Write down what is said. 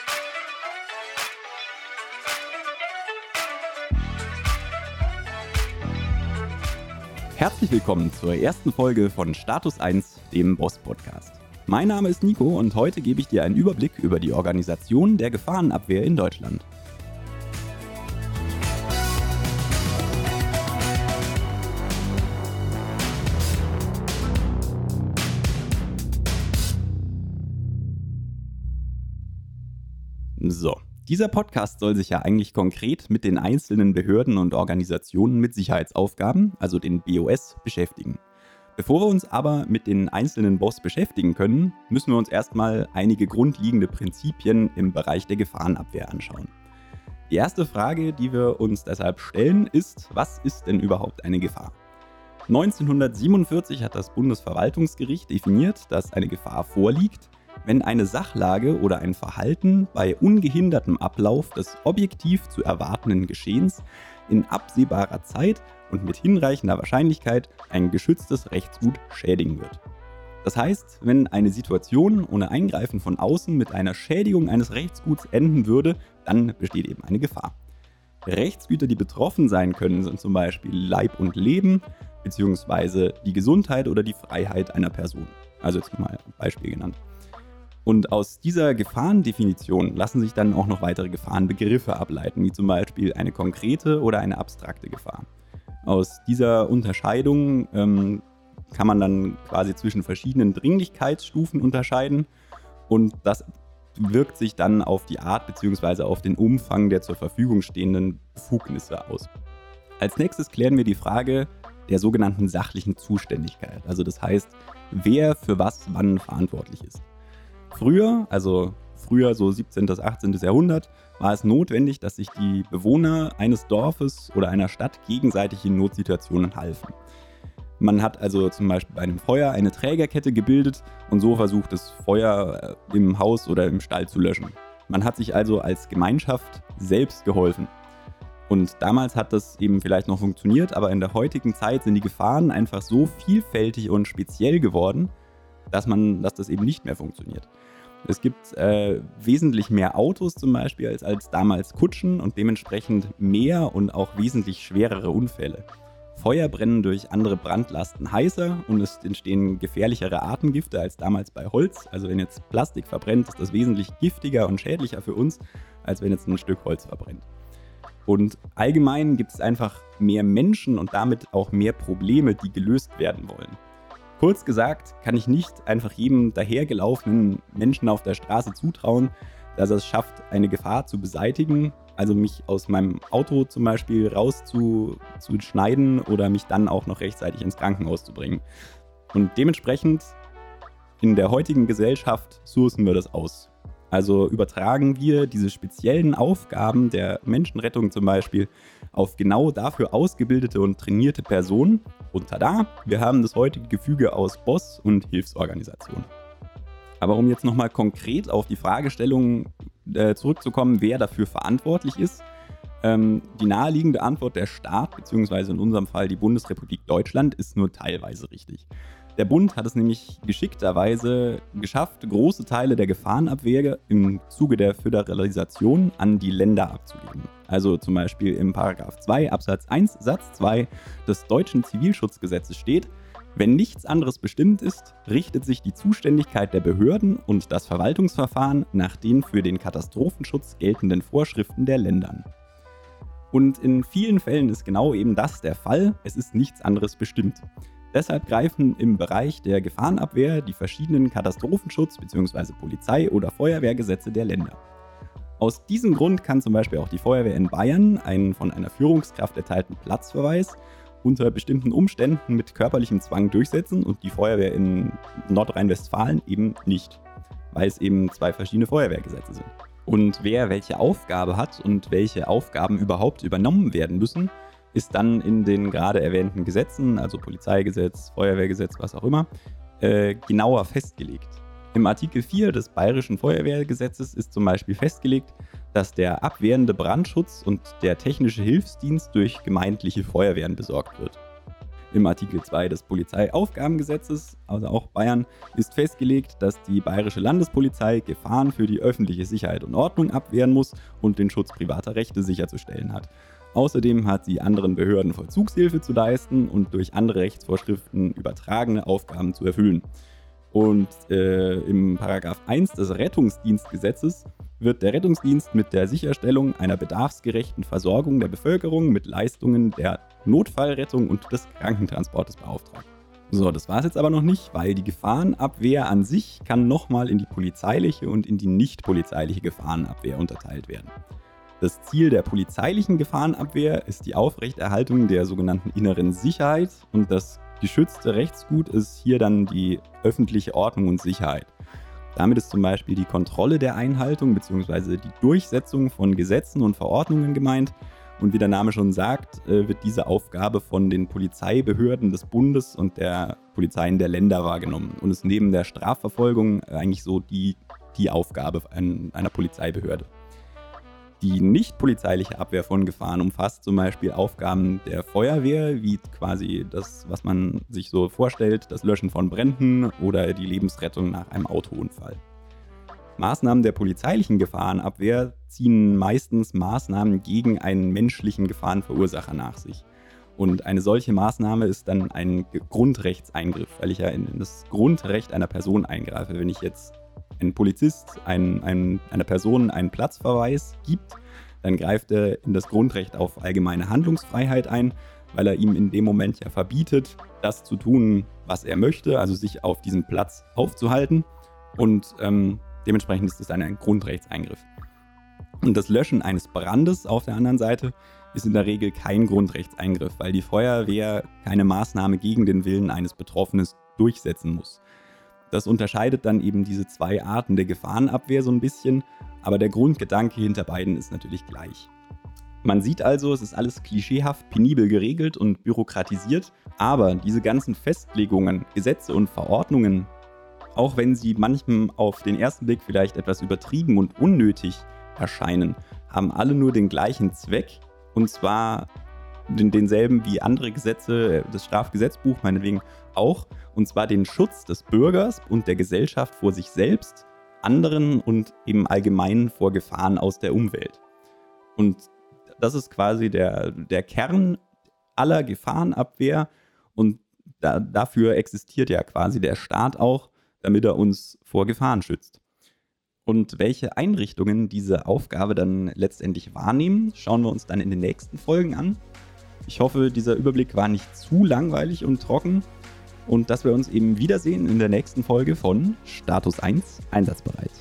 Herzlich willkommen zur ersten Folge von Status 1, dem Boss-Podcast. Mein Name ist Nico und heute gebe ich dir einen Überblick über die Organisation der Gefahrenabwehr in Deutschland. So, dieser Podcast soll sich ja eigentlich konkret mit den einzelnen Behörden und Organisationen mit Sicherheitsaufgaben, also den BOS, beschäftigen. Bevor wir uns aber mit den einzelnen BOS beschäftigen können, müssen wir uns erstmal einige grundlegende Prinzipien im Bereich der Gefahrenabwehr anschauen. Die erste Frage, die wir uns deshalb stellen, ist, was ist denn überhaupt eine Gefahr? 1947 hat das Bundesverwaltungsgericht definiert, dass eine Gefahr vorliegt, wenn eine Sachlage oder ein Verhalten bei ungehindertem Ablauf des objektiv zu erwartenden Geschehens in absehbarer Zeit und mit hinreichender Wahrscheinlichkeit ein geschütztes Rechtsgut schädigen wird. Das heißt, wenn eine Situation ohne Eingreifen von außen mit einer Schädigung eines Rechtsguts enden würde, dann besteht eben eine Gefahr. Rechtsgüter, die betroffen sein können, sind zum Beispiel Leib und Leben bzw. die Gesundheit oder die Freiheit einer Person. Also jetzt mal ein Beispiel genannt. Und aus dieser Gefahrendefinition lassen sich dann auch noch weitere Gefahrenbegriffe ableiten, wie zum Beispiel eine konkrete oder eine abstrakte Gefahr. Aus dieser Unterscheidung kann man dann quasi zwischen verschiedenen Dringlichkeitsstufen unterscheiden und das wirkt sich dann auf die Art bzw. auf den Umfang der zur Verfügung stehenden Befugnisse aus. Als nächstes klären wir die Frage der sogenannten sachlichen Zuständigkeit, also das heißt, wer für was wann verantwortlich ist. Früher so 17. bis 18. Jahrhundert, war es notwendig, dass sich die Bewohner eines Dorfes oder einer Stadt gegenseitig in Notsituationen halfen. Man hat also zum Beispiel bei einem Feuer eine Trägerkette gebildet und so versucht, das Feuer im Haus oder im Stall zu löschen. Man hat sich also als Gemeinschaft selbst geholfen. Und damals hat das eben vielleicht noch funktioniert, aber in der heutigen Zeit sind die Gefahren einfach so vielfältig und speziell geworden, dass das eben nicht mehr funktioniert. Es gibt wesentlich mehr Autos zum Beispiel als damals Kutschen und dementsprechend mehr und auch wesentlich schwerere Unfälle. Feuer brennen durch andere Brandlasten heißer und es entstehen gefährlichere Atemgifte als damals bei Holz. Also wenn jetzt Plastik verbrennt, ist das wesentlich giftiger und schädlicher für uns, als wenn jetzt ein Stück Holz verbrennt. Und allgemein gibt es einfach mehr Menschen und damit auch mehr Probleme, die gelöst werden wollen. Kurz gesagt, kann ich nicht einfach jedem dahergelaufenen Menschen auf der Straße zutrauen, dass er es schafft, eine Gefahr zu beseitigen, also mich aus meinem Auto zum Beispiel rauszuschneiden oder mich dann auch noch rechtzeitig ins Krankenhaus zu bringen. Und dementsprechend in der heutigen Gesellschaft sourcen wir das aus. Also übertragen wir diese speziellen Aufgaben der Menschenrettung zum Beispiel auf genau dafür ausgebildete und trainierte Personen. Und tada, wir haben das heutige Gefüge aus Boss und Hilfsorganisation. Aber um jetzt nochmal konkret auf die Fragestellung zurückzukommen, wer dafür verantwortlich ist, die naheliegende Antwort der Staat, beziehungsweise in unserem Fall die Bundesrepublik Deutschland, ist nur teilweise richtig. Der Bund hat es nämlich geschickterweise geschafft, große Teile der Gefahrenabwehr im Zuge der Föderalisation an die Länder abzugeben. Also zum Beispiel im § 2 Absatz 1 Satz 2 des deutschen Zivilschutzgesetzes steht: Wenn nichts anderes bestimmt ist, richtet sich die Zuständigkeit der Behörden und das Verwaltungsverfahren nach den für den Katastrophenschutz geltenden Vorschriften der Ländern. Und in vielen Fällen ist genau eben das der Fall, es ist nichts anderes bestimmt. Deshalb greifen im Bereich der Gefahrenabwehr die verschiedenen Katastrophenschutz- bzw. Polizei- oder Feuerwehrgesetze der Länder. Aus diesem Grund kann zum Beispiel auch die Feuerwehr in Bayern einen von einer Führungskraft erteilten Platzverweis unter bestimmten Umständen mit körperlichem Zwang durchsetzen und die Feuerwehr in Nordrhein-Westfalen eben nicht, weil es eben zwei verschiedene Feuerwehrgesetze sind. Und wer welche Aufgabe hat und welche Aufgaben überhaupt übernommen werden müssen, ist dann in den gerade erwähnten Gesetzen, also Polizeigesetz, Feuerwehrgesetz, was auch immer, genauer festgelegt. Im Artikel 4 des Bayerischen Feuerwehrgesetzes ist zum Beispiel festgelegt, dass der abwehrende Brandschutz und der technische Hilfsdienst durch gemeindliche Feuerwehren besorgt wird. Im Artikel 2 des Polizeiaufgabengesetzes, also auch Bayern, ist festgelegt, dass die Bayerische Landespolizei Gefahren für die öffentliche Sicherheit und Ordnung abwehren muss und den Schutz privater Rechte sicherzustellen hat. Außerdem hat sie anderen Behörden Vollzugshilfe zu leisten und durch andere Rechtsvorschriften übertragene Aufgaben zu erfüllen. Und im Paragraph 1 des Rettungsdienstgesetzes wird der Rettungsdienst mit der Sicherstellung einer bedarfsgerechten Versorgung der Bevölkerung mit Leistungen der Notfallrettung und des Krankentransportes beauftragt. So, das war es jetzt aber noch nicht, weil die Gefahrenabwehr an sich kann nochmal in die polizeiliche und in die nicht polizeiliche Gefahrenabwehr unterteilt werden. Das Ziel der polizeilichen Gefahrenabwehr ist die Aufrechterhaltung der sogenannten inneren Sicherheit und das geschützte Rechtsgut ist hier dann die öffentliche Ordnung und Sicherheit. Damit ist zum Beispiel die Kontrolle der Einhaltung bzw. die Durchsetzung von Gesetzen und Verordnungen gemeint. Und wie der Name schon sagt, wird diese Aufgabe von den Polizeibehörden des Bundes und der Polizeien der Länder wahrgenommen und ist neben der Strafverfolgung eigentlich so die Aufgabe einer Polizeibehörde. Die nicht polizeiliche Abwehr von Gefahren umfasst zum Beispiel Aufgaben der Feuerwehr, wie quasi das, was man sich so vorstellt, das Löschen von Bränden oder die Lebensrettung nach einem Autounfall. Maßnahmen der polizeilichen Gefahrenabwehr ziehen meistens Maßnahmen gegen einen menschlichen Gefahrenverursacher nach sich. Und eine solche Maßnahme ist dann ein Grundrechtseingriff, weil ich ja in das Grundrecht einer Person eingreife. Wenn ich jetzt ein Polizist einer Person einen Platzverweis gibt, dann greift er in das Grundrecht auf allgemeine Handlungsfreiheit ein, weil er ihm in dem Moment ja verbietet, das zu tun, was er möchte, also sich auf diesem Platz aufzuhalten. Und dementsprechend ist es dann ein Grundrechtseingriff. Und das Löschen eines Brandes auf der anderen Seite ist in der Regel kein Grundrechtseingriff, weil die Feuerwehr keine Maßnahme gegen den Willen eines Betroffenen durchsetzen muss. Das unterscheidet dann eben diese zwei Arten der Gefahrenabwehr so ein bisschen, aber der Grundgedanke hinter beiden ist natürlich gleich. Man sieht also, es ist alles klischeehaft, penibel geregelt und bürokratisiert, aber diese ganzen Festlegungen, Gesetze und Verordnungen, auch wenn sie manchem auf den ersten Blick vielleicht etwas übertrieben und unnötig erscheinen, haben alle nur den gleichen Zweck, und zwar denselben wie andere Gesetze, das Strafgesetzbuch meinetwegen auch, und zwar den Schutz des Bürgers und der Gesellschaft vor sich selbst, anderen und im Allgemeinen vor Gefahren aus der Umwelt. Und das ist quasi der Kern aller Gefahrenabwehr und dafür existiert ja quasi der Staat auch, damit er uns vor Gefahren schützt. Und welche Einrichtungen diese Aufgabe dann letztendlich wahrnehmen, schauen wir uns dann in den nächsten Folgen an. Ich hoffe, dieser Überblick war nicht zu langweilig und trocken und dass wir uns eben wiedersehen in der nächsten Folge von Status 1 einsatzbereit.